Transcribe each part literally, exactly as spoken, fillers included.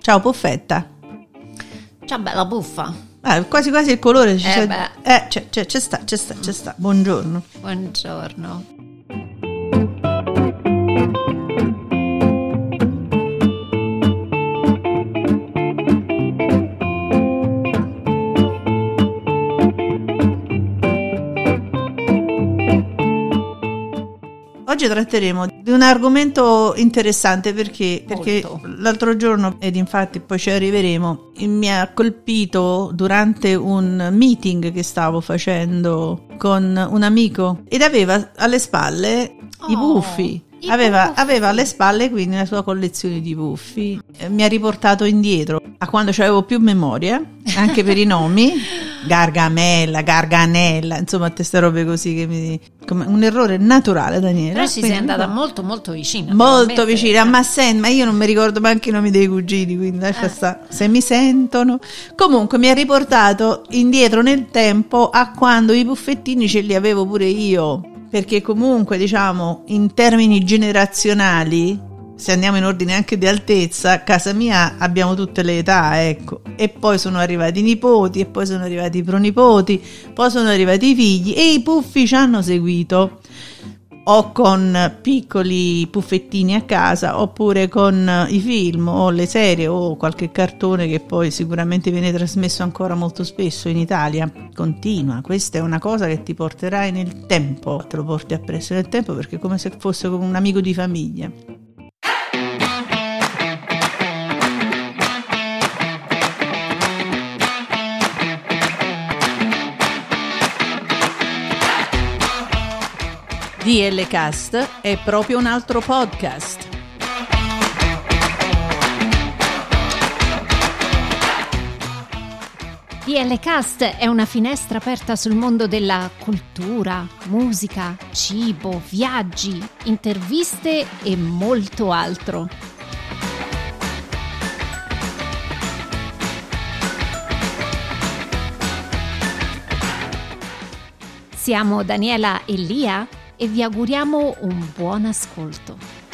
Ciao Puffetta. Ciao bella puffa. Ah, quasi quasi il colore ci Eh c'è, beh. eh, c'è, c'è, c'è sta, c'è sta, c'è sta. Buongiorno. Buongiorno. Oggi tratteremo di un argomento interessante perché, perché Molto. l'altro giorno, ed infatti poi ci arriveremo, mi ha colpito durante un meeting che stavo facendo con un amico ed aveva alle spalle i Oh, puffi. i Aveva, puffi. aveva alle spalle quindi la sua collezione di puffi. Eh, Mi ha riportato indietro a quando avevo più memoria, anche per i nomi. Gargamella, Garganella, insomma, tutte queste robe così che mi... come un errore naturale, Daniela. Però ci sei Quindi, andata no. molto molto vicina. Molto devo ammettere. vicina, ma senti, ma io non mi ricordo neanche i nomi dei cugini, quindi lascia Eh. stare, se mi sentono. Comunque mi ha riportato indietro nel tempo a quando i puffettini ce li avevo pure io, perché comunque diciamo in termini generazionali, se andiamo in ordine anche di altezza, a casa mia abbiamo tutte le età, ecco, e poi sono arrivati i nipoti, e poi sono arrivati i pronipoti, poi sono arrivati i figli, e i puffi ci hanno seguito, o con piccoli puffettini a casa, oppure con i film, o le serie, o qualche cartone che poi sicuramente viene trasmesso ancora molto spesso in Italia. Continua, questa è una cosa che ti porterai nel tempo, te lo porti appresso nel tempo, perché è come se fosse come un amico di famiglia. D L Cast è proprio un altro podcast. D L Cast è una finestra aperta sul mondo della cultura, musica, cibo, viaggi, interviste e molto altro. Siamo Daniela e Lia e vi auguriamo un buon ascolto.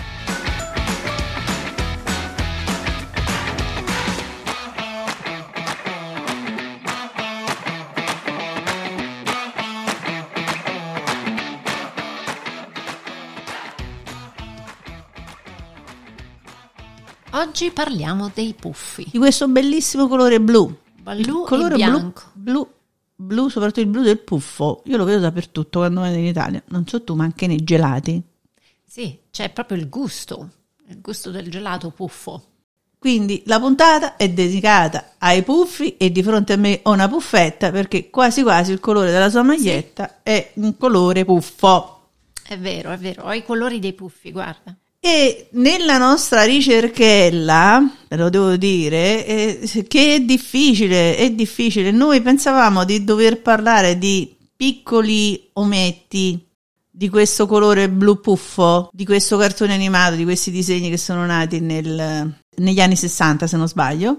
Oggi parliamo dei puffi. Di questo bellissimo colore blu. Blu Il colore e bianco. blu, blu, blu, soprattutto il blu del puffo. Io lo vedo dappertutto quando vado in Italia. Non so tu, ma anche nei gelati. Sì, c'è proprio il gusto, il gusto del gelato puffo. Quindi la puntata è dedicata ai puffi e di fronte a me ho una puffetta perché quasi quasi il colore della sua maglietta è un colore puffo. È vero, è vero, ho i colori dei puffi, guarda. E nella nostra ricerchella, ve lo devo dire, eh, che è difficile, è difficile. Noi pensavamo di dover parlare di piccoli ometti di questo colore blu puffo, di questo cartone animato, di questi disegni che sono nati nel, negli anni sessanta, se non sbaglio.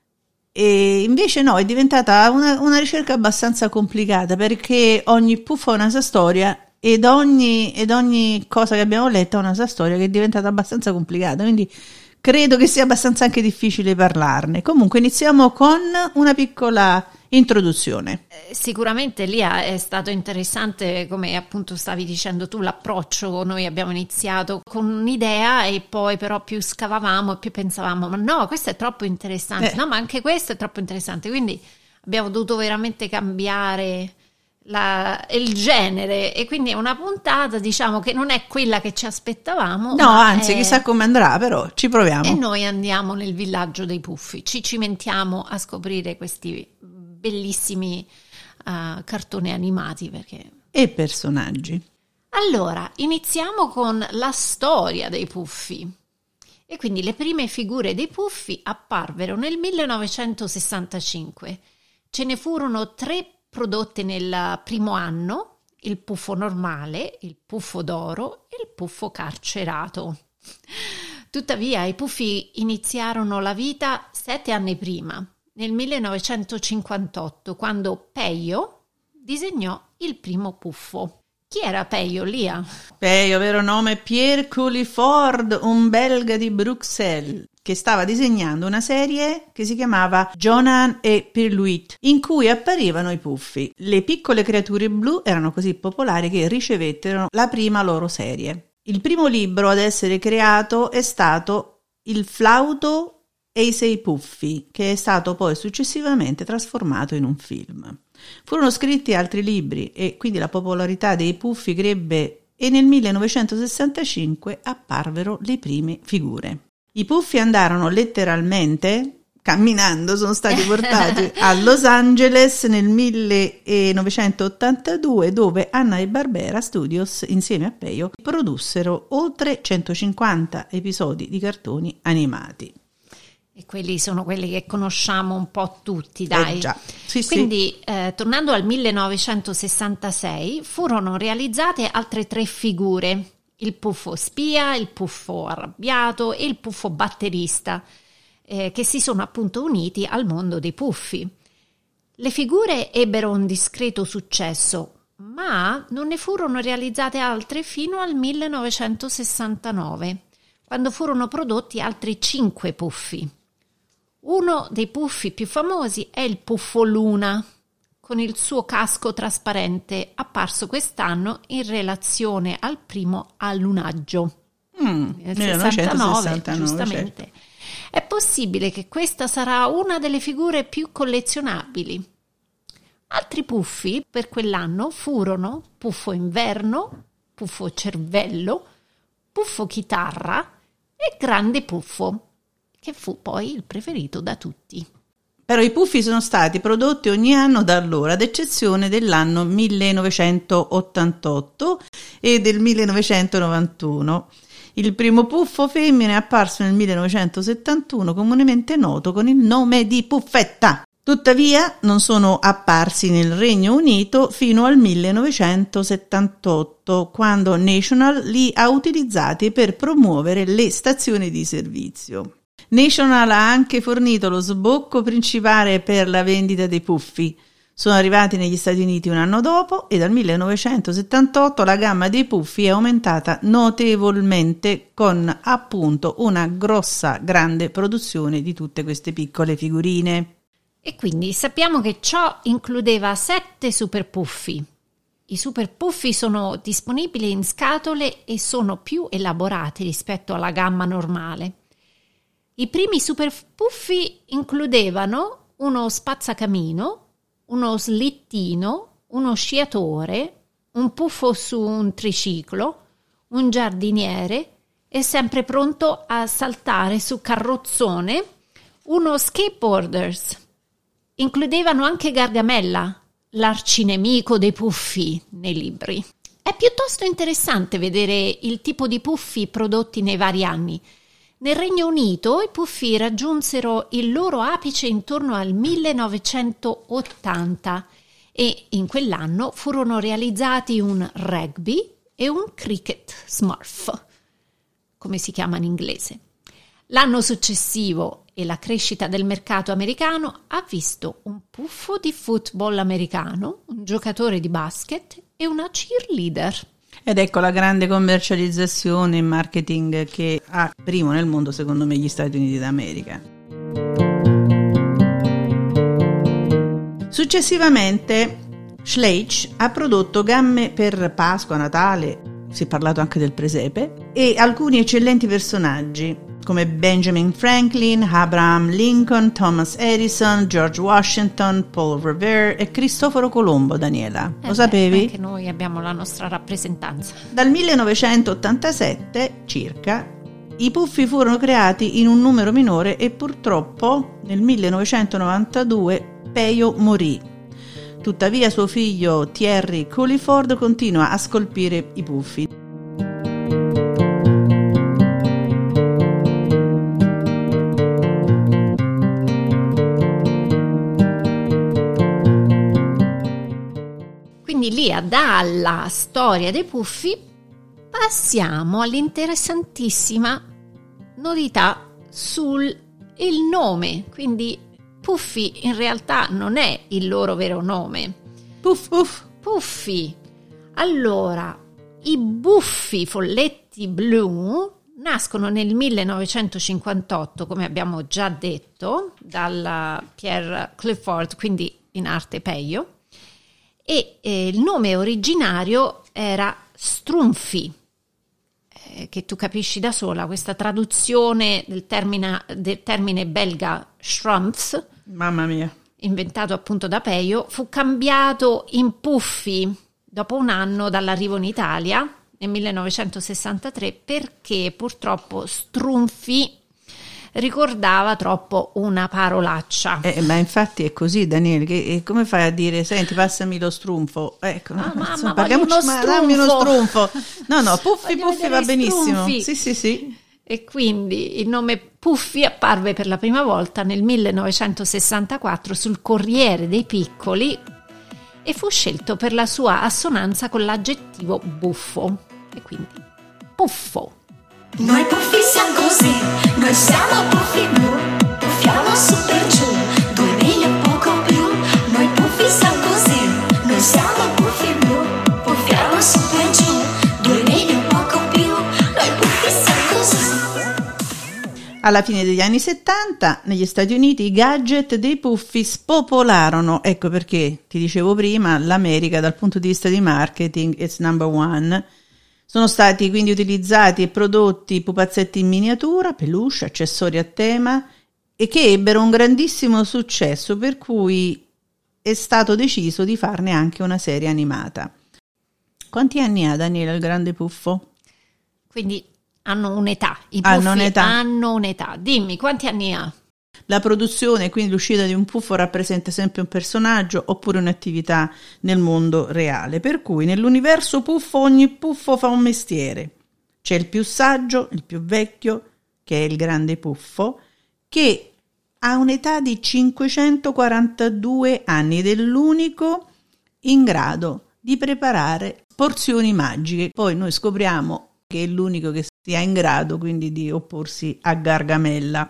E invece no, è diventata una, una ricerca abbastanza complicata perché ogni puffo ha una sua storia. Ed ogni, ed ogni cosa che abbiamo letto ha una sua storia che è diventata abbastanza complicata, quindi credo che sia abbastanza anche difficile parlarne. Comunque iniziamo con una piccola introduzione. Eh, Sicuramente lì è stato interessante, come appunto stavi dicendo tu, l'approccio. Noi abbiamo iniziato con un'idea e poi però più scavavamo e più pensavamo, ma no, questo è troppo interessante, Eh. no, ma anche questo è troppo interessante, quindi abbiamo dovuto veramente cambiare La, il genere e quindi è una puntata, diciamo, che non è quella che ci aspettavamo. No, ma anzi, è... chissà come andrà, però ci proviamo. E noi andiamo nel villaggio dei puffi, ci cimentiamo a scoprire questi bellissimi uh, cartoni animati. Perché... E personaggi. Allora, iniziamo con la storia dei puffi. E quindi le prime figure dei puffi apparvero nel millenovecentosessantacinque. Ce ne furono tre prodotte nel primo anno, il puffo normale, il puffo d'oro e il puffo carcerato. Tuttavia i puffi iniziarono la vita sette anni prima, nel millenovecentocinquantotto, quando Peyo disegnò il primo puffo. Chi era Peyo, Lia? Peyo, vero nome, Pierre Culliford, un belga di Bruxelles. che stava disegnando una serie che si chiamava Jonan e Pierluit, in cui apparivano i puffi. Le piccole creature blu erano così popolari che ricevettero la prima loro serie. Il primo libro ad essere creato è stato Il flauto e i sei puffi, che è stato poi successivamente trasformato in un film. Furono scritti altri libri e quindi la popolarità dei puffi crebbe e nel millenovecentosessantacinque apparvero le prime figure. I puffi andarono letteralmente, camminando, sono stati portati a Los Angeles nel millenovecentottantadue, dove Hanna e Barbera Studios, insieme a Peyo, produssero oltre centocinquanta episodi di cartoni animati. E quelli sono quelli che conosciamo un po' tutti, dai. Eh già. Sì, Quindi, sì. eh, tornando al millenovecentosessantasei, furono realizzate altre tre figure: il puffo spia, il puffo arrabbiato e il puffo batterista, eh, che si sono appunto uniti al mondo dei puffi. Le figure ebbero un discreto successo, ma non ne furono realizzate altre fino al millenovecentosessantanove, quando furono prodotti altri cinque puffi. Uno dei puffi più famosi è il puffo Luna, con il suo casco trasparente, apparso quest'anno in relazione al primo allunaggio. Mm, nel millenovecentosessantanove, sessantanove, giustamente. Certo. È possibile che questa sarà una delle figure più collezionabili. Altri puffi per quell'anno furono Puffo Inverno, Puffo Cervello, Puffo Chitarra e Grande Puffo, che fu poi il preferito da tutti. Però i puffi sono stati prodotti ogni anno da allora, ad eccezione dell'anno millenovecentottantotto e del millenovecentonovantuno. Il primo puffo femmina è apparso nel millenovecentosettantuno, comunemente noto con il nome di Puffetta. Tuttavia non sono apparsi nel Regno Unito fino al millenovecentosettantotto, quando National li ha utilizzati per promuovere le stazioni di servizio. National ha anche fornito lo sbocco principale per la vendita dei puffi. Sono arrivati negli Stati Uniti un anno dopo e dal millenovecentosettantotto la gamma dei puffi è aumentata notevolmente con appunto una grossa, grande produzione di tutte queste piccole figurine. E quindi sappiamo che ciò includeva sette super puffi. I super puffi sono disponibili in scatole e sono più elaborati rispetto alla gamma normale. I primi super puffi includevano uno spazzacamino, uno slittino, uno sciatore, un puffo su un triciclo, un giardiniere e sempre pronto a saltare su carrozzone, uno skateboarders. Includevano anche Gargamella, l'arcinemico dei puffi nei libri. È piuttosto interessante vedere il tipo di puffi prodotti nei vari anni. Nel Regno Unito i puffi raggiunsero il loro apice intorno al millenovecentottanta e in quell'anno furono realizzati un rugby e un cricket smurf, come si chiama in inglese. L'anno successivo e la crescita del mercato americano ha visto un puffo di football americano, un giocatore di basket e una cheerleader. Ed ecco la grande commercializzazione e marketing che ha primo nel mondo, secondo me, gli Stati Uniti d'America. Successivamente Schleich ha prodotto gamme per Pasqua, Natale, si è parlato anche del presepe, e alcuni eccellenti personaggi come Benjamin Franklin, Abraham Lincoln, Thomas Edison, George Washington, Paul Revere e Cristoforo Colombo. Daniela, eh lo beh, sapevi? Anche noi abbiamo la nostra rappresentanza. Dal millenovecentottantasette circa i puffi furono creati in un numero minore e purtroppo nel millenovecentonovantadue Peyo morì. Tuttavia suo figlio Thierry Culliford continua a scolpire i puffi. Quindi lì, dalla storia dei puffi, passiamo all'interessantissima novità sul il nome. Quindi Puffi in realtà non è il loro vero nome. Puff puff. Puffi. Allora, i buffi folletti blu nascono nel millenovecentocinquantotto, come abbiamo già detto, dalla Pierre Clifford, quindi in arte Peio, e eh, il nome originario era Strunfi, eh, che tu capisci da sola, questa traduzione del termine, del termine belga Schrumpf, mamma mia, inventato appunto da Peio, fu cambiato in Puffi dopo un anno dall'arrivo in Italia nel millenovecentosessantatré, perché purtroppo Strunfi ricordava troppo una parolaccia. Eh, ma infatti è così, Daniele, che, come fai a dire, senti, passami lo strunfo? Ecco, ah, mamma, insomma, parliamoci, uno ma strunfo. dammi uno strunfo. No, no, Puffi, Voglio Puffi va benissimo. Strunfi. Sì, sì, sì. E quindi il nome Puffi apparve per la prima volta nel millenovecentosessantaquattro sul Corriere dei Piccoli e fu scelto per la sua assonanza con l'aggettivo buffo. E quindi Puffo. Noi puffi siamo così, noi siamo puffi blu, puffiamo su per giù, due miglia poco più. Noi puffi siamo così, noi siamo puffi blu, puffiamo su per giù, due miglia poco più. Noi puffi siamo così. Alla fine degli anni settanta negli Stati Uniti i gadget dei puffi spopolarono, ecco perché ti dicevo prima, l'America dal punto di vista di marketing is number one. Sono stati quindi utilizzati e prodotti pupazzetti in miniatura, peluche, accessori a tema e che ebbero un grandissimo successo, per cui è stato deciso di farne anche una serie animata. Quanti anni ha Daniele il grande puffo? Quindi hanno un'età, i puffi hanno un'età. hanno un'età. Dimmi, quanti anni ha? La produzione, quindi l'uscita di un puffo, rappresenta sempre un personaggio oppure un'attività nel mondo reale, per cui nell'universo puffo ogni puffo fa un mestiere. C'è il più saggio, il più vecchio, che è il grande puffo, che ha un'età di cinquecentoquarantadue anni ed è l'unico in grado di preparare porzioni magiche. Poi noi scopriamo che è l'unico che sia in grado quindi di opporsi a Gargamella.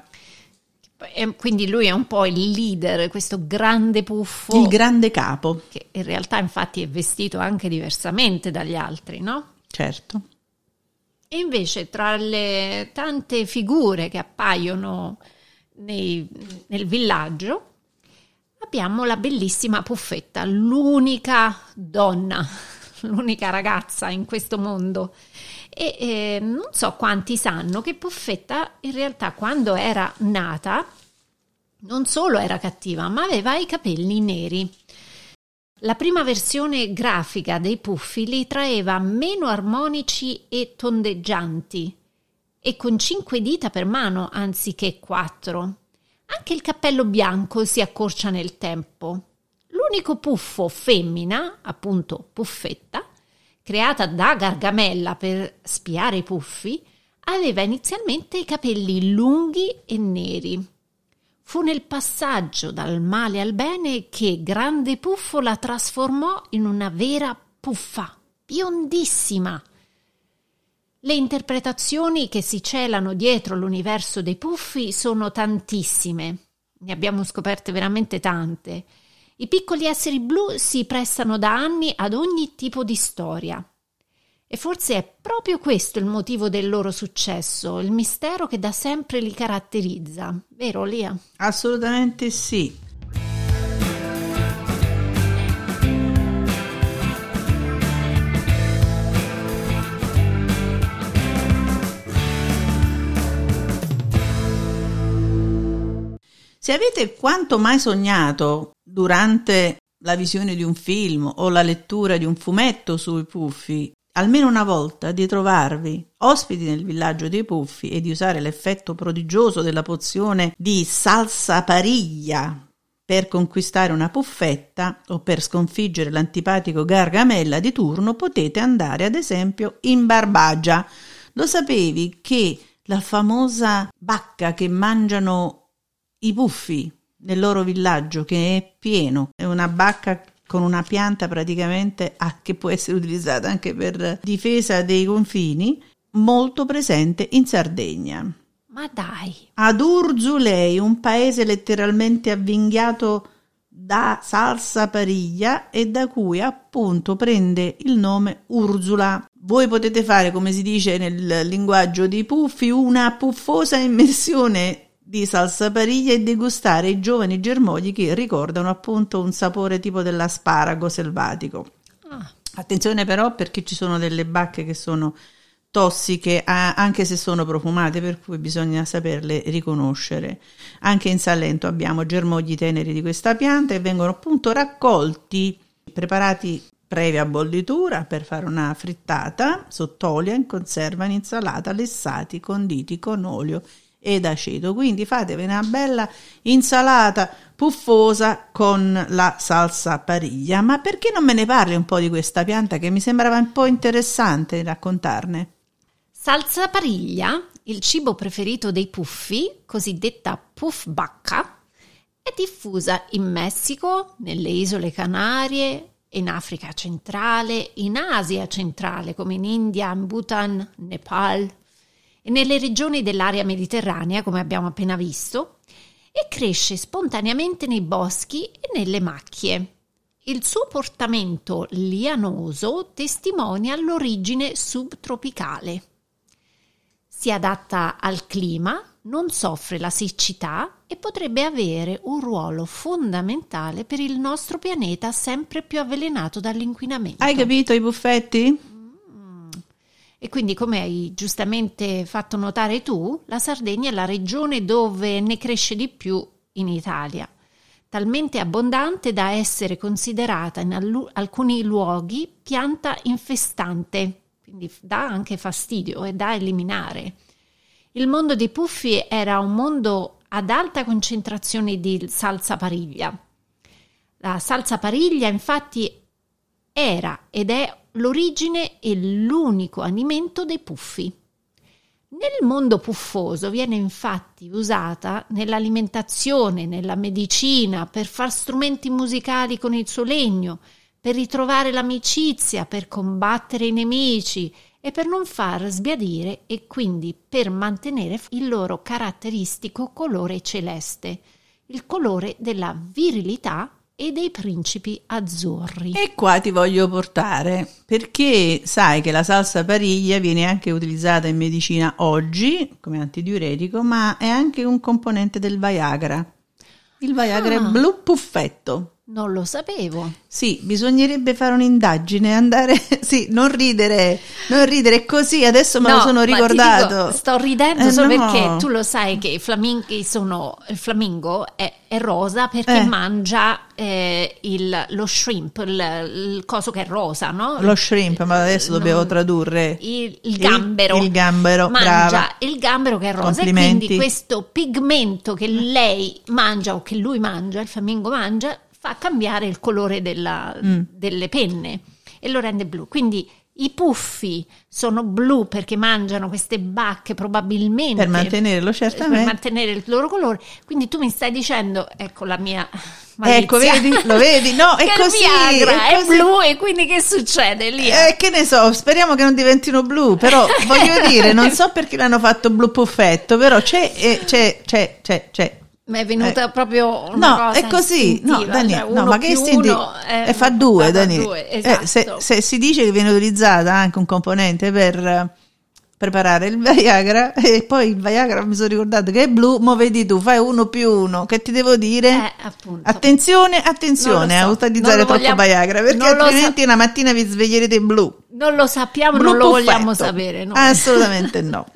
E quindi lui è un po' il leader, questo grande puffo. Il grande capo. Che in realtà infatti è vestito anche diversamente dagli altri, no? Certo. E invece tra le tante figure che appaiono nei, nel villaggio abbiamo la bellissima Puffetta, l'unica donna, l'unica ragazza in questo mondo. E eh, non so quanti sanno che Puffetta in realtà quando era nata non solo era cattiva, ma aveva i capelli neri. La prima versione grafica dei puffi li traeva meno armonici e tondeggianti e con cinque dita per mano anziché quattro. Anche il cappello bianco si accorcia nel tempo. L'unico puffo femmina, appunto Puffetta, creata da Gargamella per spiare i puffi, aveva inizialmente i capelli lunghi e neri. Fu nel passaggio dal male al bene che Grande Puffo la trasformò in una vera puffa, biondissima. Le interpretazioni che si celano dietro l'universo dei puffi sono tantissime. Ne abbiamo scoperte veramente tante. I piccoli esseri blu si prestano da anni ad ogni tipo di storia. E forse è proprio questo il motivo del loro successo, il mistero che da sempre li caratterizza. Vero, Lia? Assolutamente sì. Se avete quanto mai sognato durante la visione di un film o la lettura di un fumetto sui puffi, almeno una volta di trovarvi ospiti nel villaggio dei puffi e di usare l'effetto prodigioso della pozione di salsapariglia per conquistare una puffetta o per sconfiggere l'antipatico Gargamella di turno, potete andare ad esempio in Barbagia. Lo sapevi che la famosa bacca che mangiano i puffi nel loro villaggio, che è pieno, è una bacca con una pianta praticamente ah, che può essere utilizzata anche per difesa dei confini, molto presente in Sardegna. Ma dai! Ad Urzulei, un paese letteralmente avvinghiato da salsapariglia e da cui appunto prende il nome Urzula, voi potete fare, come si dice nel linguaggio dei puffi, una puffosa immersione di salsa pariglia e degustare i giovani germogli che ricordano appunto un sapore tipo dell'asparago selvatico. Ah. Attenzione però, perché ci sono delle bacche che sono tossiche anche se sono profumate, per cui bisogna saperle riconoscere. Anche in Salento abbiamo germogli teneri di questa pianta e vengono appunto raccolti, preparati previa bollitura per fare una frittata sott'olio, in conserva, in insalata, lessati, conditi con olio ed aceto. Quindi fatevi una bella insalata puffosa con la salsa pariglia. Ma perché non me ne parli un po' di questa pianta, che mi sembrava un po' interessante raccontarne? Salsa pariglia, il cibo preferito dei puffi, cosiddetta puff bacca, è diffusa in Messico, nelle isole Canarie, in Africa centrale, in Asia centrale come in India, in Bhutan, Nepal e nelle regioni dell'area mediterranea come abbiamo appena visto, e cresce spontaneamente nei boschi e nelle macchie. Il suo portamento lianoso testimonia l'origine subtropicale. Si adatta al clima, non soffre la siccità e potrebbe avere un ruolo fondamentale per il nostro pianeta sempre più avvelenato dall'inquinamento. Hai capito i buffetti? Mm. E quindi, come hai giustamente fatto notare tu, la Sardegna è la regione dove ne cresce di più in Italia, talmente abbondante da essere considerata in allu- alcuni luoghi pianta infestante, quindi dà anche fastidio e da eliminare. Il mondo dei puffi era un mondo ad alta concentrazione di salsa pariglia. La salsa pariglia infatti era ed è l'origine e l'unico alimento dei puffi. Nel mondo puffoso viene infatti usata nell'alimentazione, nella medicina, per far strumenti musicali con il suo legno, per ritrovare l'amicizia, per combattere i nemici e per non far sbiadire e quindi per mantenere il loro caratteristico colore celeste, il colore della virilità e dei principi azzurri. E qua ti voglio portare, perché sai che la salsa pariglia viene anche utilizzata in medicina oggi come antidiuretico, ma è anche un componente del Viagra. Il Viagra ah. è blu puffetto. Non lo sapevo. Sì, bisognerebbe fare un'indagine, andare, sì, non ridere, non ridere così, adesso me no, lo sono ricordato. Dico, sto ridendo eh, solo no. perché tu lo sai che i flaminghi sono, il flamingo è, è rosa perché eh. mangia eh, il, lo shrimp, il, il coso che è rosa, no? Lo shrimp, ma adesso non, dobbiamo tradurre. Il, il gambero. Il, il gambero, mangia brava. il gambero che è rosa e quindi questo pigmento che lei mangia o che lui mangia, il flamingo mangia, fa cambiare il colore della, mm. delle penne e lo rende blu. Quindi i puffi sono blu perché mangiano queste bacche probabilmente per mantenerlo, certamente, per mantenere il loro colore. Quindi tu mi stai dicendo, ecco la mia malizia, ecco, vedi, lo vedi, no, è che così, il Viagra è, è così. blu e quindi che succede lì? Eh, che ne so, speriamo che non diventino blu, però voglio dire, non so perché l'hanno fatto blu puffetto, però c'è, eh, c'è, c'è, c'è, c'è. Mi è venuta eh. proprio una no, cosa è così, no, Daniele, cioè no, ma che istintivo, è, e fa due, Daniele. Due, esatto. eh, se, se si dice che viene utilizzata anche un componente per preparare il Viagra, e poi il Viagra mi sono ricordato che è blu, mo vedi tu, fai uno più uno, che ti devo dire? Eh, appunto. Attenzione, attenzione so. a utilizzare troppo vogliamo, Viagra, perché altrimenti sa- una mattina vi sveglierete blu. Non lo sappiamo, blu non lo puffetto. vogliamo sapere, no? Assolutamente no.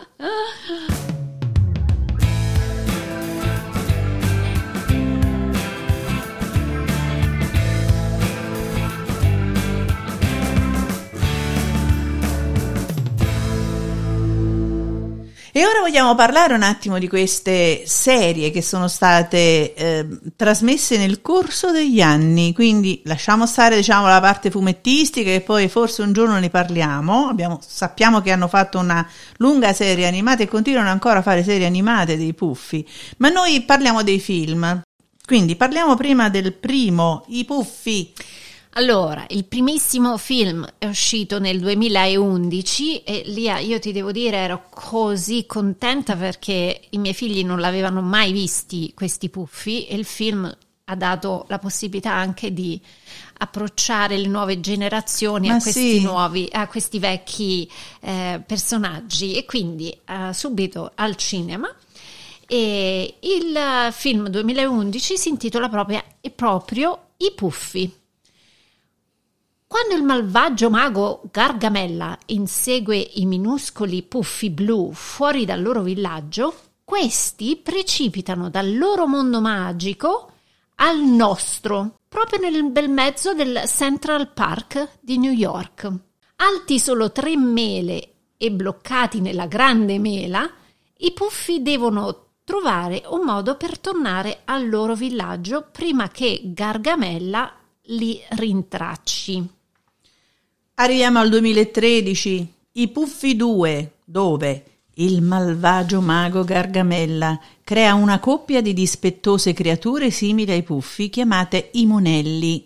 E ora vogliamo parlare un attimo di queste serie che sono state eh, trasmesse nel corso degli anni, quindi lasciamo stare, diciamo, la parte fumettistica e poi forse un giorno ne parliamo. Abbiamo, sappiamo che hanno fatto una lunga serie animata e continuano ancora a fare serie animate dei Puffi, ma noi parliamo dei film, quindi parliamo prima del primo, i Puffi. Allora, il primissimo film è uscito nel duemilaundici e Lia, io ti devo dire, ero così contenta perché i miei figli non l'avevano mai visti questi Puffi e il film ha dato la possibilità anche di approcciare le nuove generazioni Ma a questi sì. nuovi, a questi vecchi eh, personaggi, e quindi eh, subito al cinema. E il film duemilaundici si intitola proprio, e proprio I Puffi. Quando il malvagio mago Gargamella insegue i minuscoli puffi blu fuori dal loro villaggio, questi precipitano dal loro mondo magico al nostro, proprio nel bel mezzo del Central Park di New York. Alti solo tre mele e bloccati nella grande mela, i puffi devono trovare un modo per tornare al loro villaggio prima che Gargamella li rintracci. Arriviamo al duemilatredici, I Puffi due, dove il malvagio mago Gargamella crea una coppia di dispettose creature simili ai puffi chiamate i monelli,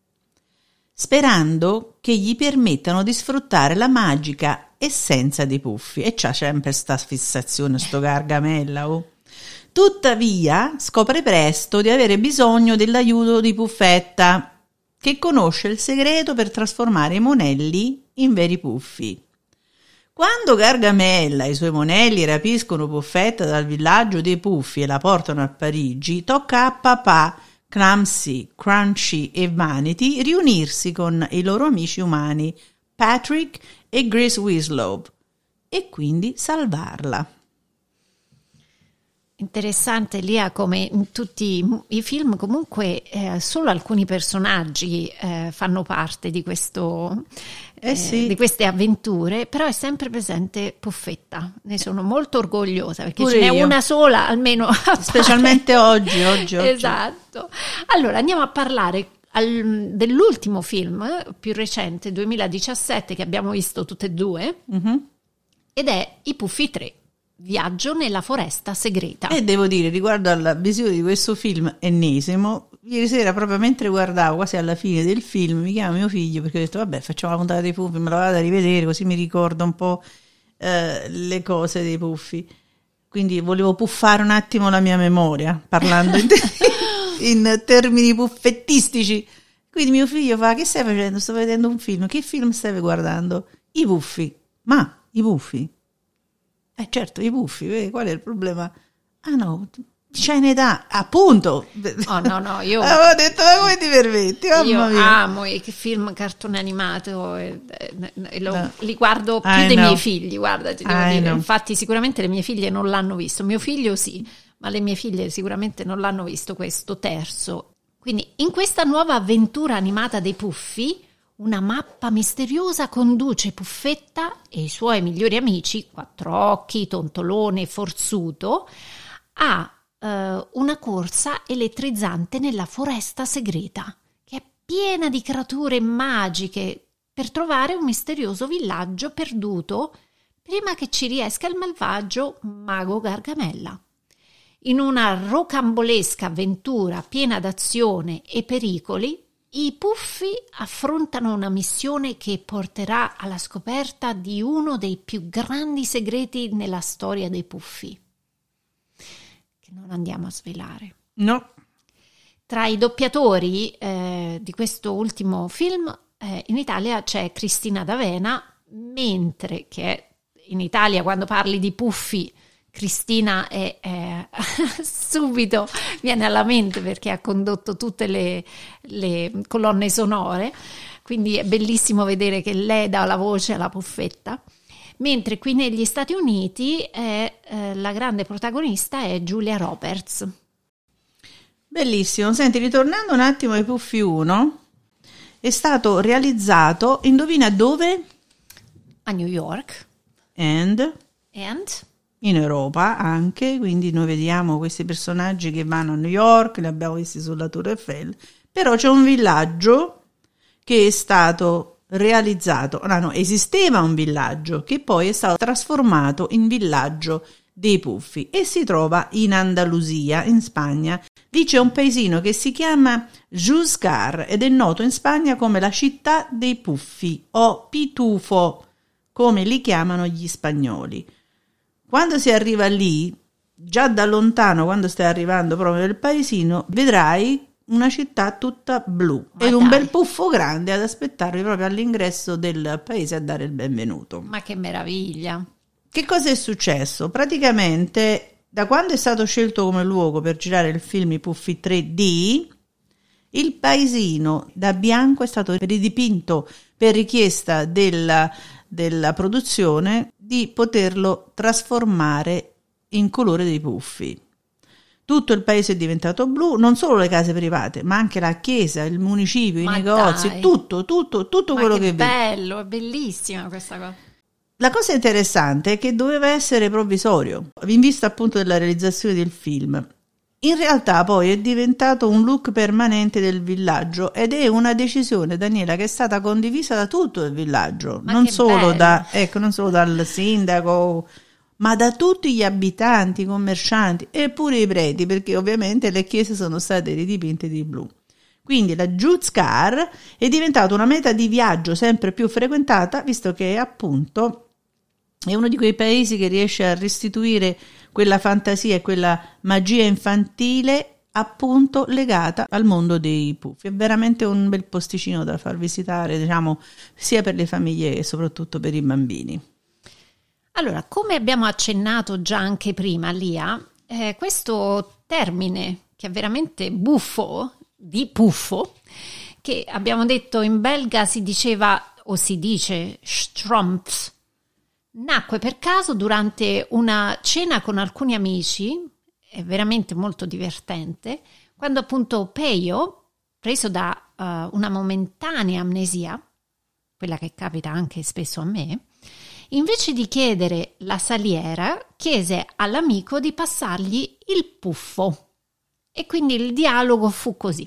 sperando che gli permettano di sfruttare la magica essenza dei puffi. E c'ha sempre sta fissazione sto Gargamella, oh. Tuttavia scopre presto di avere bisogno dell'aiuto di Puffetta, che conosce il segreto per trasformare i monelli in veri puffi. Quando Gargamella e i suoi monelli rapiscono Puffetta dal villaggio dei puffi e la portano a Parigi, tocca a papà, Clumsy, Crunchy e Vanity riunirsi con i loro amici umani, Patrick e Grace Winslow, e quindi salvarla. Interessante, Lia, come in tutti i film comunque eh, solo alcuni personaggi eh, fanno parte di questo Eh sì. eh, di queste avventure, però è sempre presente Puffetta. Ne sono molto orgogliosa perché Pure ce n'è io. una sola almeno, Specialmente oggi, oggi, oggi. Esatto. Allora andiamo a parlare al, dell'ultimo film eh, più recente, duemiladiciassette, che abbiamo visto tutte e due, Mhm. ed è I Puffi tre. Viaggio nella foresta segreta. E devo dire, riguardo alla visione di questo film ennesimo, ieri sera proprio mentre guardavo, quasi alla fine del film, mi chiama mio figlio perché ho detto vabbè, facciamo la puntata dei puffi, me la vado a rivedere così mi ricordo un po' eh, le cose dei puffi. Quindi volevo puffare un attimo la mia memoria parlando in, in termini puffettistici. Quindi mio figlio fa: che stai facendo? Sto vedendo un film. Che film stai guardando? I Puffi. Ma i Puffi? Eh certo, i Puffi, vedi, qual è il problema? Ah no, c'hai un'età, appunto. Oh no, no, io avevo detto, ma come ti permetti? Mamma io mia. amo i film cartone animato e, e- e lo- No. li guardo più I dei know. miei figli, guarda, ti devo I dire. know. Infatti sicuramente le mie figlie non l'hanno visto, mio figlio sì, ma le mie figlie sicuramente non l'hanno visto questo terzo. Quindi in questa nuova avventura animata dei Puffi, una mappa misteriosa conduce Puffetta e i suoi migliori amici, Quattrocchi, Tontolone e Forzuto, a eh, una corsa elettrizzante nella foresta segreta, che è piena di creature magiche, per trovare un misterioso villaggio perduto prima che ci riesca il malvagio mago Gargamella. In una rocambolesca avventura piena d'azione e pericoli, i Puffi affrontano una missione che porterà alla scoperta di uno dei più grandi segreti nella storia dei Puffi, che non andiamo a svelare. No. Tra i doppiatori eh, di questo ultimo film eh, in Italia c'è Cristina D'Avena, mentre che in Italia quando parli di Puffi Cristina è, è subito viene alla mente perché ha condotto tutte le, le colonne sonore, quindi è bellissimo vedere che lei dà la voce alla Puffetta, mentre qui negli Stati Uniti è, eh, la grande protagonista è Julia Roberts. Bellissimo. Senti, ritornando un attimo ai Puffi uno, è stato realizzato, indovina dove? A New York. And And in Europa anche, quindi noi vediamo questi personaggi che vanno a New York, li abbiamo visti sulla Tour Eiffel, però c'è un villaggio che è stato realizzato, no, no, esisteva un villaggio che poi è stato trasformato in villaggio dei Puffi e si trova in Andalusia, in Spagna. Lì c'è un paesino che si chiama Juscar ed è noto in Spagna come la città dei Puffi o Pitufo, come li chiamano gli spagnoli. Quando si arriva lì, già da lontano, quando stai arrivando proprio nel paesino, vedrai una città tutta blu Ma ed un dai. bel puffo grande ad aspettarvi proprio all'ingresso del paese a dare il benvenuto. Ma che meraviglia. Che cosa è successo? Praticamente, da quando è stato scelto come luogo per girare il film I Puffi tre D, il paesino da bianco è stato ridipinto per richiesta della, della produzione di poterlo trasformare in colore dei puffi. Tutto il paese è diventato blu, non solo le case private, ma anche la chiesa, il municipio, Ma i negozi, dai. tutto, tutto, tutto Ma quello che che vedi. bello, è bellissima questa cosa. La cosa interessante è che doveva essere provvisorio, in vista appunto della realizzazione del film. In realtà poi è diventato un look permanente del villaggio ed è una decisione, Daniela, che è stata condivisa da tutto il villaggio, Ma non che solo, bello. da, ecco, non solo dal sindaco, ma da tutti gli abitanti, i commercianti e pure i preti, perché ovviamente le chiese sono state ridipinte di blu. Quindi la Jude's Car è diventata una meta di viaggio sempre più frequentata, visto che appunto è uno di quei paesi che riesce a restituire quella fantasia e quella magia infantile appunto legata al mondo dei puffi. È veramente un bel posticino da far visitare, diciamo, sia per le famiglie che soprattutto per i bambini. Allora, come abbiamo accennato già anche prima, Lia, eh, questo termine che è veramente buffo, di puffo, che abbiamo detto in belga si diceva o si dice strumpf, nacque per caso durante una cena con alcuni amici, è veramente molto divertente, quando appunto Peio, preso da uh, una momentanea amnesia, quella che capita anche spesso a me, invece di chiedere la saliera, chiese all'amico di passargli il puffo. E quindi il dialogo fu così.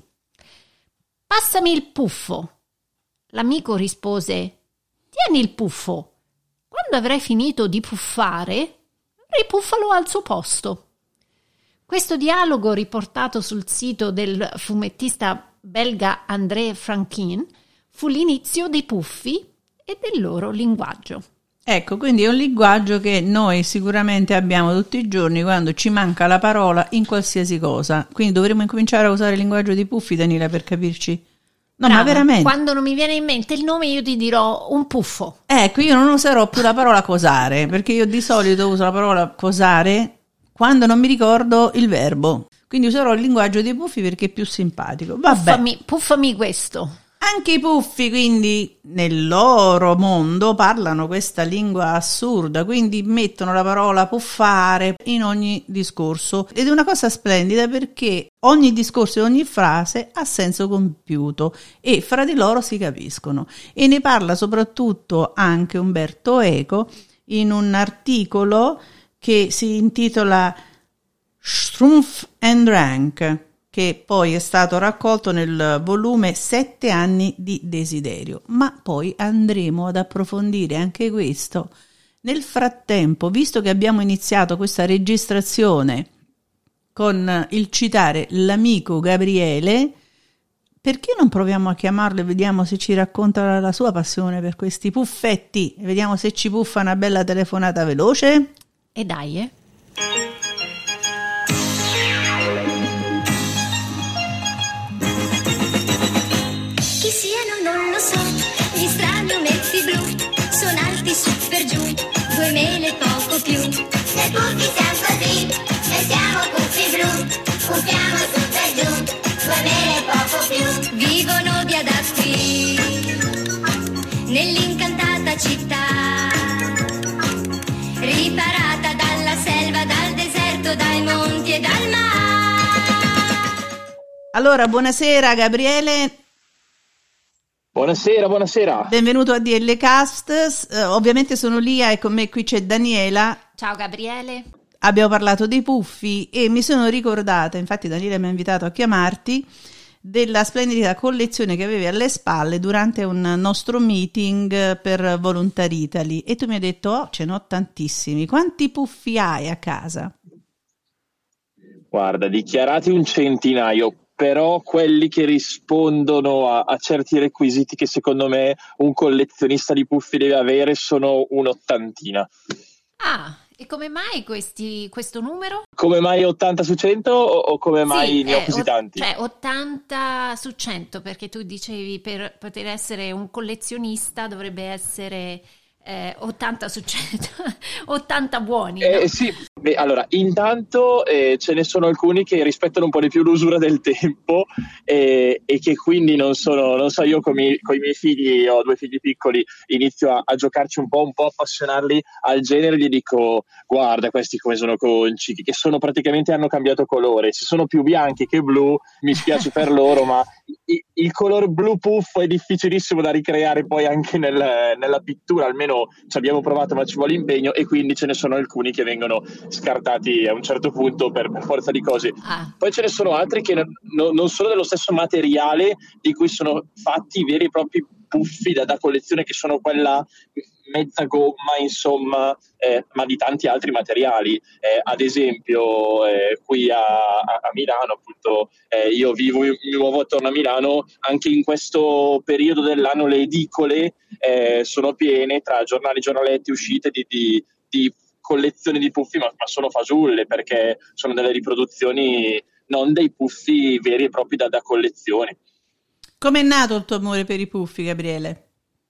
Passami il puffo. L'amico rispose, tieni il puffo. Quando avrai finito di puffare, ripuffalo al suo posto. Questo dialogo, riportato sul sito del fumettista belga André Franquin, fu l'inizio dei puffi e del loro linguaggio. Ecco, quindi è un linguaggio che noi sicuramente abbiamo tutti i giorni quando ci manca la parola in qualsiasi cosa. Quindi dovremmo incominciare a usare il linguaggio dei puffi, Daniela, per capirci. No, Brava. ma veramente. Quando non mi viene in mente il nome io ti dirò un puffo. Ecco, io non userò più la parola cosare, perché io di solito uso la parola cosare quando non mi ricordo il verbo. Quindi userò il linguaggio dei puffi perché è più simpatico. Vabbè. Puffami, puffami questo. Anche i puffi, quindi, nel loro mondo parlano questa lingua assurda, quindi mettono la parola puffare in ogni discorso. Ed è una cosa splendida perché ogni discorso e ogni frase ha senso compiuto e fra di loro si capiscono. E ne parla soprattutto anche Umberto Eco in un articolo che si intitola Strumpf and Rank, che poi è stato raccolto nel volume Sette anni di desiderio, ma poi andremo ad approfondire anche questo. Nel frattempo, visto che abbiamo iniziato questa registrazione con il citare l'amico Gabriele, perché non proviamo a chiamarlo e vediamo se ci racconta la sua passione per questi puffetti e vediamo se ci puffa una bella telefonata veloce? E dai, eh. Non lo so, gli strani ometti blu sono alti su per giù, due mele poco più. Noi puffi siamo così, noi siamo puffi blu, puffiamo su per giù, due mele poco più. Vivono via da qui, nell'incantata città, riparata dalla selva, dal deserto, dai monti e dal mare. Allora, buonasera Gabriele. Buonasera, buonasera. Benvenuto a D L Cast, uh, ovviamente sono Lia e con me qui c'è Daniela. Ciao Gabriele. Abbiamo parlato dei puffi e mi sono ricordata, infatti Daniela mi ha invitato a chiamarti, della splendida collezione che avevi alle spalle durante un nostro meeting per Voluntar Italy e tu mi hai detto, oh, ce n'ho tantissimi, quanti puffi hai a casa? Guarda, dichiarati un centinaio, però quelli che rispondono a, a certi requisiti che secondo me un collezionista di puffi deve avere sono un'ottantina. Ah, E come mai questi, questo numero? Come mai ottanta su cento o, o come mai Sì, ne ho eh, così o- tanti? cioè ottanta su cento, perché tu dicevi per poter essere un collezionista dovrebbe essere eh, ottanta su cento, ottanta buoni, no? Eh, sì, beh, allora, intanto eh, ce ne sono alcuni che rispettano un po' di più l'usura del tempo eh, e che quindi non sono, non so, io con i miei figli, ho due figli piccoli, inizio a, a giocarci un po', un po' appassionarli al genere, gli dico, guarda questi come sono conci, che sono praticamente hanno cambiato colore, se sono più bianchi che blu, mi spiace per loro, ma i, il color blu puffo è difficilissimo da ricreare poi anche nel, nella pittura, almeno ci abbiamo provato ma ci vuole impegno e quindi ce ne sono alcuni che vengono scartati a un certo punto per, per forza di cose. Ah, Poi ce ne sono altri che non, non- non sono dello stesso materiale di cui sono fatti i veri e propri puffi da, da collezione, che sono quella mezza gomma, insomma, eh, ma di tanti altri materiali. Eh, ad esempio, eh, qui a, a- a Milano, appunto, eh, io vivo, mi muovo attorno a Milano, anche in questo periodo dell'anno le edicole eh, sono piene tra giornali, giornaletti, uscite di, di, di collezioni di puffi, ma, ma sono fasulle perché sono delle riproduzioni, non dei puffi veri e propri da, da collezione. Com'è nato il tuo amore per i puffi, Gabriele?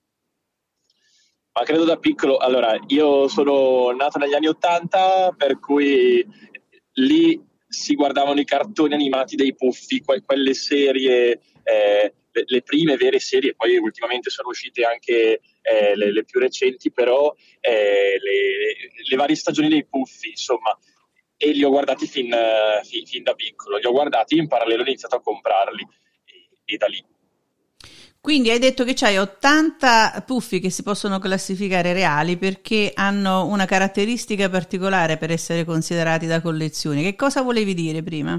Ma credo da piccolo, allora, io sono nato negli anni Ottanta, per cui lì si guardavano i cartoni animati dei puffi, que- quelle serie, eh, le, le prime vere serie, poi ultimamente sono uscite anche eh, le, le più recenti, però eh, le, le varie stagioni dei puffi, insomma, e li ho guardati fin, eh, fin- fin da piccolo, li ho guardati, in parallelo ho iniziato a comprarli, e, e da lì. Quindi hai detto che c'hai ottanta puffi che si possono classificare reali perché hanno una caratteristica particolare per essere considerati da collezione. Che cosa volevi dire prima?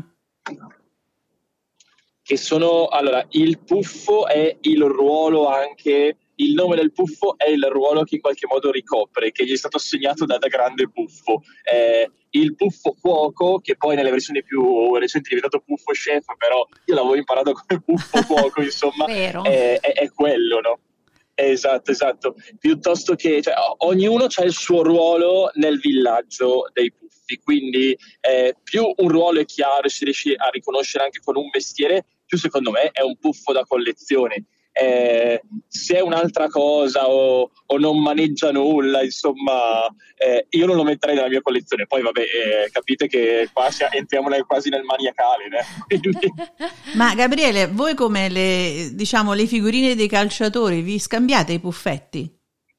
Che sono, allora, il puffo è il ruolo anche, il nome del puffo è il ruolo che in qualche modo ricopre, che gli è stato assegnato da, da grande puffo. Eh, il puffo cuoco, che poi nelle versioni più recenti è diventato puffo chef, però io l'avevo imparato come puffo cuoco, insomma, vero. è, è, è quello, no? Esatto, esatto. Piuttosto che, cioè, ognuno ha il suo ruolo nel villaggio dei puffi, quindi eh, più un ruolo è chiaro e si riesce a riconoscere anche con un mestiere, più secondo me è un puffo da collezione. Eh, se è un'altra cosa o, o non maneggia nulla, insomma, eh, io non lo metterei nella mia collezione. Poi vabbè, eh, capite che qua sia, entriamo nel, quasi nel maniacale, né? Quindi... Ma Gabriele, voi come le, diciamo, le figurine dei calciatori vi scambiate i puffetti?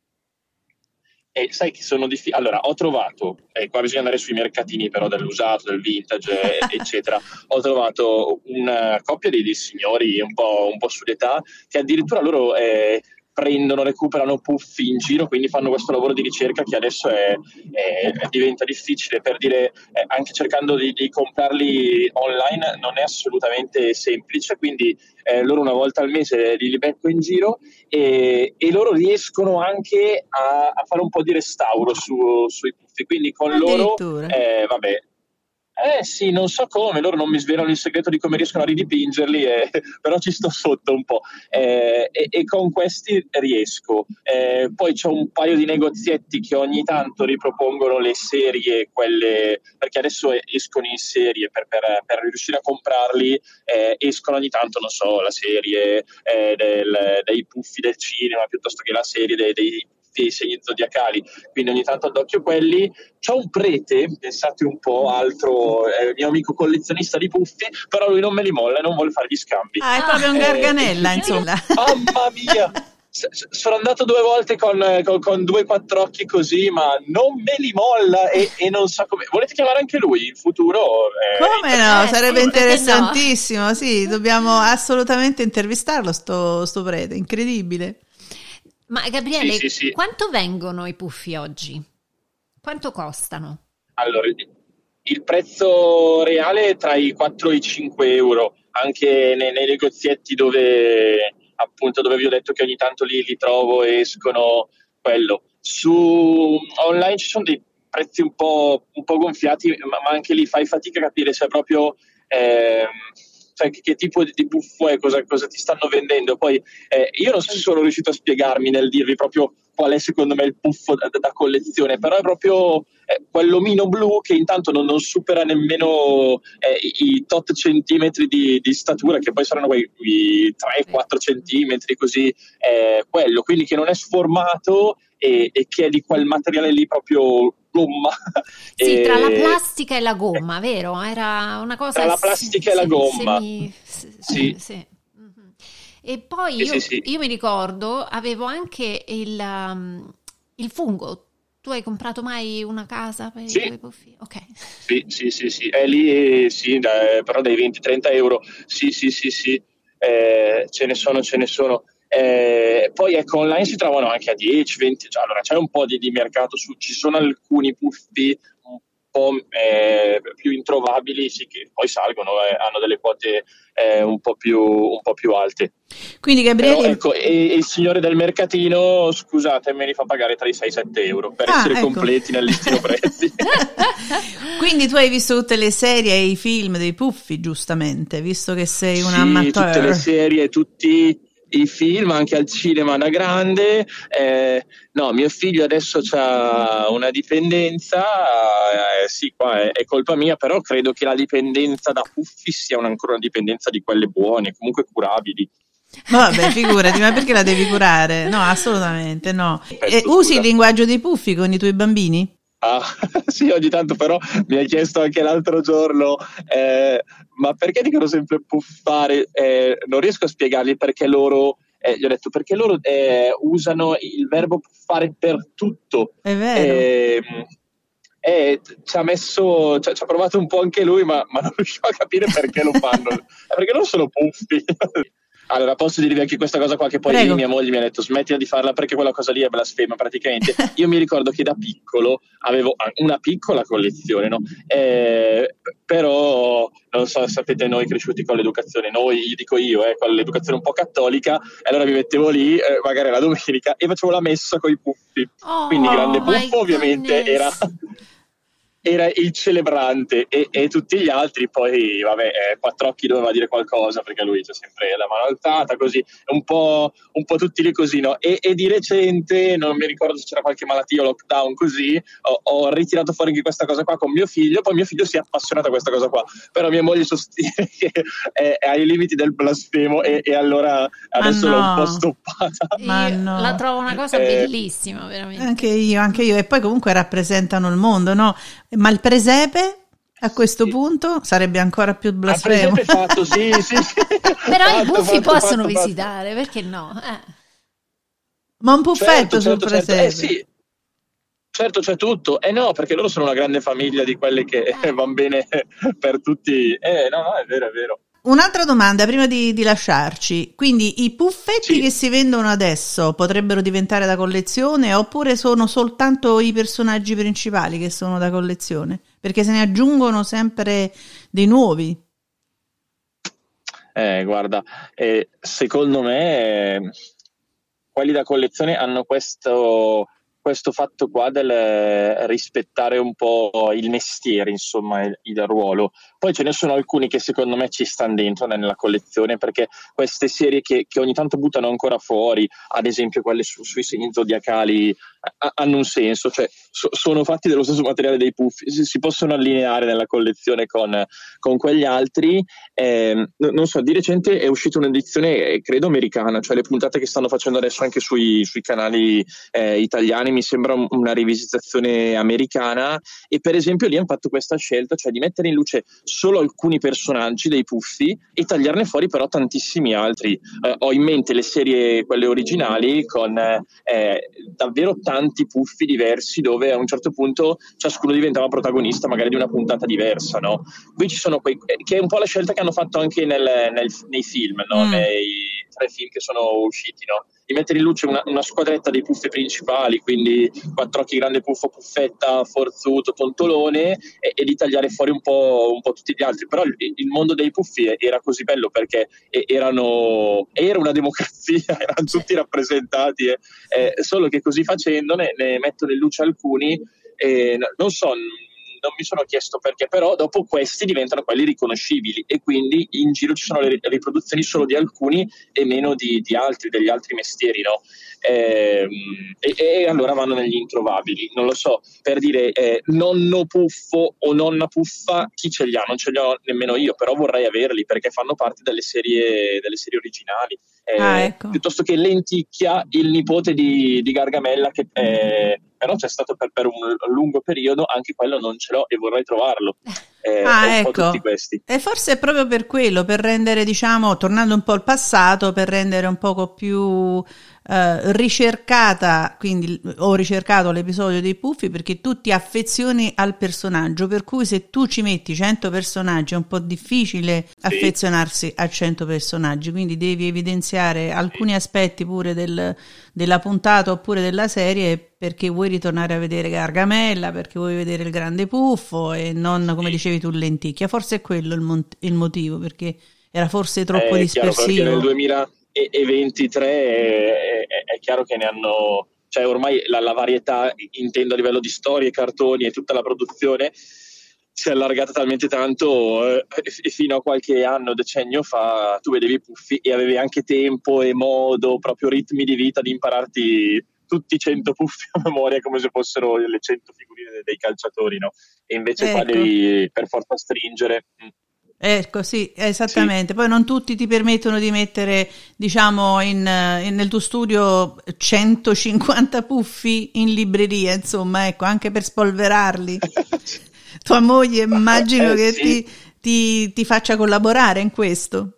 E sai che sono difficili. Allora, ho trovato, e qua bisogna andare sui mercatini però dell'usato, del vintage, eh, eccetera. Ho trovato una coppia di, di signori un po', un po' sull'età che addirittura loro eh, prendono, recuperano puffi in giro, quindi fanno questo lavoro di ricerca che adesso è, è- diventa difficile, per dire, eh, anche cercando di, di comprarli online non è assolutamente semplice, quindi eh, loro una volta al mese li, li becco in giro e, e loro riescono anche a, a fare un po' di restauro su- sui puffi, quindi con loro, Addirittura. eh, vabbè, eh sì, non so come, loro non mi svelano il segreto di come riescono a ridipingerli, eh, però ci sto sotto un po'. Eh, e, e con questi riesco. Eh, poi c'è un paio di negozietti che ogni tanto ripropongono le serie, quelle, perché adesso escono in serie per, per, per riuscire a comprarli, eh, escono ogni tanto, non so, la serie eh, del- dei puffi del cinema, piuttosto che la serie dei, dei dei segni zodiacali, quindi ogni tanto addocchio quelli. C'è un prete, pensate un po', altro eh, mio amico collezionista di puffi, però lui non me li molla e non vuole fare gli scambi. Ah, è proprio un Eh, garganella, insomma. Mamma mia! S- s- sono andato due volte con, con, con due quattro occhi così, ma non me li molla e, e non so come. Volete chiamare anche lui in futuro? Eh, Come no? Eh, Sarebbe sì, perché no? interessantissimo, sì, dobbiamo assolutamente intervistarlo, sto, sto prete, incredibile. Ma Gabriele, Sì, sì, sì. quanto vengono i puffi oggi? Quanto costano? Allora, il- il prezzo reale è tra i quattro e i cinque euro, anche nei, nei negozietti dove, appunto, dove vi ho detto che ogni tanto li, li trovo e escono quello. Su online ci sono dei prezzi un po', un po' gonfiati, ma, ma anche lì fai fatica a capire se è proprio ehm, cioè, che, che tipo di, di buffo è, cosa, cosa ti stanno vendendo. Poi eh, io non so se sono riuscito a spiegarmi nel dirvi proprio qual è secondo me il puffo da, da collezione, però è proprio eh, quell'omino blu che intanto non, non supera nemmeno eh, i, i tot centimetri di, di statura, che poi saranno quei tre quattro centimetri così, eh, quello, quindi che non è sformato e, e che è di quel materiale lì proprio gomma. Sì, e, tra la plastica e la gomma, vero? Era una cosa... Tra la plastica sì, e la sì, gomma. Semi, sì. Sì. sì. Mm-hmm. E poi sì, io, sì, sì. io mi ricordo, avevo anche il, um, il fungo. Tu hai comprato mai una casa per Sì. i tuoi puffi? Ok. Sì, sì, sì, sì. È lì, sì, da- però dai venti trenta euro. Sì, sì, sì, sì. Eh, ce ne sono, ce ne sono. Eh, poi ecco, online si trovano anche a dieci venti. Cioè, allora c'è un po' di, di mercato su, ci sono alcuni puffi un po' eh, più introvabili, sì, che poi salgono, eh, hanno delle quote eh, un po' più, un po' più alte. Quindi Gabriele... Però ecco, e, e il signore del mercatino, scusate, me li fa pagare tra i sei e i sette euro per Ah, essere ecco. completi nel listino prezzi. Quindi tu hai visto tutte le serie e i film dei puffi, giustamente, visto che sei un Sì, amateur. tutte le serie, tutti i film, anche al cinema da grande. Eh, no, mio figlio adesso ha una dipendenza, eh, sì, qua è, è colpa mia, però credo che la dipendenza da puffi sia una, ancora una dipendenza di quelle buone, comunque curabili. Ma vabbè, figurati, ma perché la devi curare? No, assolutamente no. E Scusa. usi il linguaggio dei puffi con i tuoi bambini? Ah, sì, ogni tanto, però mi hai chiesto anche l'altro giorno, eh, ma perché dicono sempre puffare? Eh, non riesco a spiegargli perché loro, eh, gli ho detto perché loro eh, usano il verbo puffare per tutto. È vero. Eh, eh, ci ha messo, ci ha, ci ha provato un po' anche lui, ma, ma non riuscivo a capire perché lo fanno. Eh, perché non sono puffi. Allora, posso dirvi anche questa cosa qua, che poi Prego. lì mia moglie mi ha detto smettila di farla perché quella cosa lì è blasfema praticamente. Io mi ricordo che da piccolo avevo una piccola collezione, no? Eh, però non so, sapete, noi cresciuti con l'educazione, noi, dico io, eh, con l'educazione un po' cattolica, e allora mi mettevo lì, eh, magari la domenica, e facevo la messa con i puffi. Oh, Quindi grande my puffo ovviamente era... goodness. era il celebrante, e, e tutti gli altri poi, vabbè, eh, Quattrocchi doveva dire qualcosa perché lui c'è sempre la mano alzata, così, un po', un po' tutti lì così, no? E, e di recente, non mi ricordo se c'era qualche malattia o lockdown così, ho, ho ritirato fuori anche questa cosa qua con mio figlio, poi mio figlio si è appassionato a questa cosa qua, però mia moglie sostiene che è, è ai limiti del blasfemo, e, e allora adesso Ah, l'ho no. un po' stoppata. Ma Io no. la trovo una cosa Eh, bellissima, veramente. Anche io, anche io. E poi comunque rappresentano il mondo, no? Ma il presepe a questo Sì. punto sarebbe ancora più Ah, per blasfemo. esempio fatto, sì, sì, sì. Però i Fatto, puffi fatto, possono fatto, fatto. visitare, perché no? Eh. Ma un puffetto Certo, sul certo, certo. presepe. Eh sì, certo, c'è tutto. Eh no, perché loro sono una grande famiglia di quelle che eh, vanno bene per tutti. Eh no, no, è vero, è vero. Un'altra domanda prima di, di lasciarci. Quindi i puffetti Sì. che si vendono adesso potrebbero diventare da collezione, oppure sono soltanto i personaggi principali che sono da collezione? Perché se ne aggiungono sempre dei nuovi. Eh, guarda, eh, secondo me eh, quelli da collezione hanno questo, questo fatto qua del eh, rispettare un po' il mestiere, insomma, il, il ruolo. Poi ce ne sono alcuni che secondo me ci stanno dentro nella collezione, perché queste serie che, che ogni tanto buttano ancora fuori, ad esempio quelle su, sui segni zodiacali, a, hanno un senso, cioè so, sono fatti dello stesso materiale dei puffi, si, si possono allineare nella collezione con, con quegli altri. Eh, non so, di recente è uscita un'edizione, eh, credo americana, cioè le puntate che stanno facendo adesso anche sui, sui canali eh, italiani, mi sembra un, una rivisitazione americana, e per esempio lì hanno fatto questa scelta, cioè di mettere in luce solo alcuni personaggi dei puffi e tagliarne fuori però tantissimi altri. Eh, ho in mente le serie, quelle originali, con eh, davvero tanti puffi diversi, dove a un certo punto ciascuno diventava protagonista magari di una puntata diversa, no? Qui ci sono quei, che è un po' la scelta che hanno fatto anche nel, nel, nei film, no? Mm. Nei tre film che sono usciti, no? Di mettere in luce una, una squadretta dei puffi principali, quindi Quattrocchi, Grande Puffo, Puffetta, Forzuto, Tontolone, e, e di tagliare fuori un po', un po' tutti gli altri. Però il, il mondo dei puffi era così bello perché erano, era una democrazia, erano tutti rappresentati, eh, eh, solo che così facendo ne, ne mettono in luce alcuni, e non so, non mi sono chiesto perché, però dopo questi diventano quelli riconoscibili e quindi in giro ci sono le riproduzioni solo di alcuni e meno di, di altri, degli altri mestieri, no? Eh, e, e allora vanno negli introvabili, non lo so, per dire eh, nonno puffo o nonna puffa, chi ce li ha? Non ce li ho nemmeno io, però vorrei averli perché fanno parte delle serie, delle serie originali. Eh, ah, ecco. Piuttosto che Lenticchia, il nipote di, di Gargamella, che eh, però c'è stato per, per un lungo periodo, anche quello non ce l'ho e vorrei trovarlo. Eh, ah, ecco. Tutti questi. E forse è proprio per quello, per rendere, diciamo, tornando un po' al passato, per rendere un poco più eh, ricercata, quindi ho ricercato l'episodio dei Puffi perché tu ti affezioni al personaggio, per cui se tu ci metti cento personaggi è un po' difficile sì. affezionarsi a cento personaggi, quindi devi evidenziare alcuni sì. aspetti pure del, della puntata oppure della serie perché vuoi ritornare a vedere Gargamella, perché vuoi vedere il grande puffo e non, come dicevi tu, Lenticchia. Forse è quello il, mont- il motivo, perché era forse troppo è dispersivo. Chiaro, nel duemilaventitré è, è, è chiaro che ne hanno, cioè ormai la, la varietà, intendo a livello di storie, cartoni e tutta la produzione, si è allargata talmente tanto eh, e fino a qualche anno, decennio fa, tu vedevi Puffi e avevi anche tempo e modo, proprio ritmi di vita di impararti tutti i cento puffi a memoria come se fossero le cento figurine dei calciatori, no? E invece ecco. qua devi per forza stringere. Ecco, sì, esattamente. Sì. Poi non tutti ti permettono di mettere, diciamo, in, in, nel tuo studio centocinquanta puffi in libreria, insomma, ecco, anche per spolverarli. Tua moglie immagino eh, che sì. ti, ti, ti faccia collaborare in questo.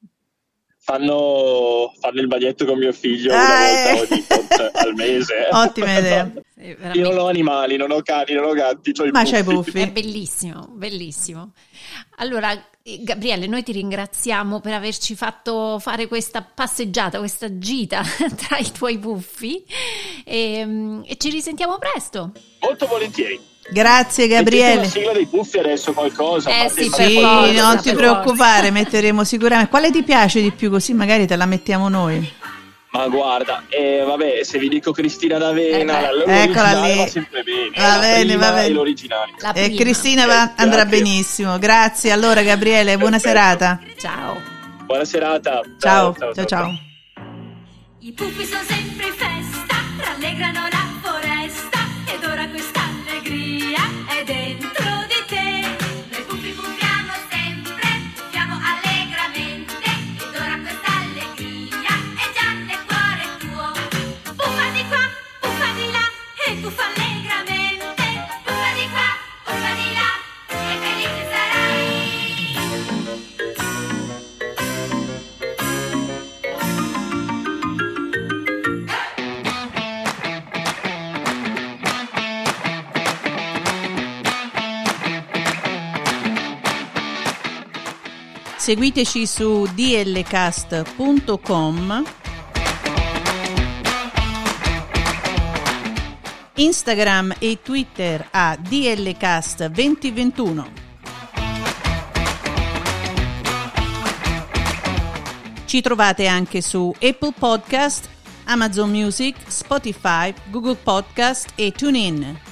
Fanno, fanno il bagnetto con mio figlio ah, una volta ogni tot al mese. Ottima idea. Sì, io non ho animali, non ho cani, non ho gatti, c'ho i ma puffi. c'hai puffi. È bellissimo, bellissimo. Allora, Gabriele, noi ti ringraziamo per averci fatto fare questa passeggiata, questa gita tra i tuoi puffi e, e ci risentiamo presto. Molto volentieri. Grazie Gabriele. Mettete la sigla dei puffi adesso qualcosa. Eh fate, sì, fate sì forza, non ti preoccupare, metteremo sicuramente. Quale ti piace di più, così magari te la mettiamo noi? Ma guarda, eh, vabbè, se vi dico Cristina d'Avena, eh eccola lì. Va sempre bene. Va bene, va bene. L'originale. E Cristina va, andrà grazie. benissimo. Grazie allora Gabriele, buona Perfetto. serata. Ciao. Buona serata. Ciao, ciao, ciao. ciao. ciao. I puffi sono sempre in festa, rallegrano la foresta ed ora questa allegria è dentro di te. Noi puffi puffiamo sempre, puffiamo allegramente ed ora questa allegria è già nel cuore tuo. Puffa di qua, puffa di là e puffa allegramente, puffa di qua, puffa di là e felice sarai. Seguiteci su d l cast punto com, Instagram e Twitter a D L Cast duemilaventuno. Ci trovate anche su Apple Podcast, Amazon Music, Spotify, Google Podcast e TuneIn.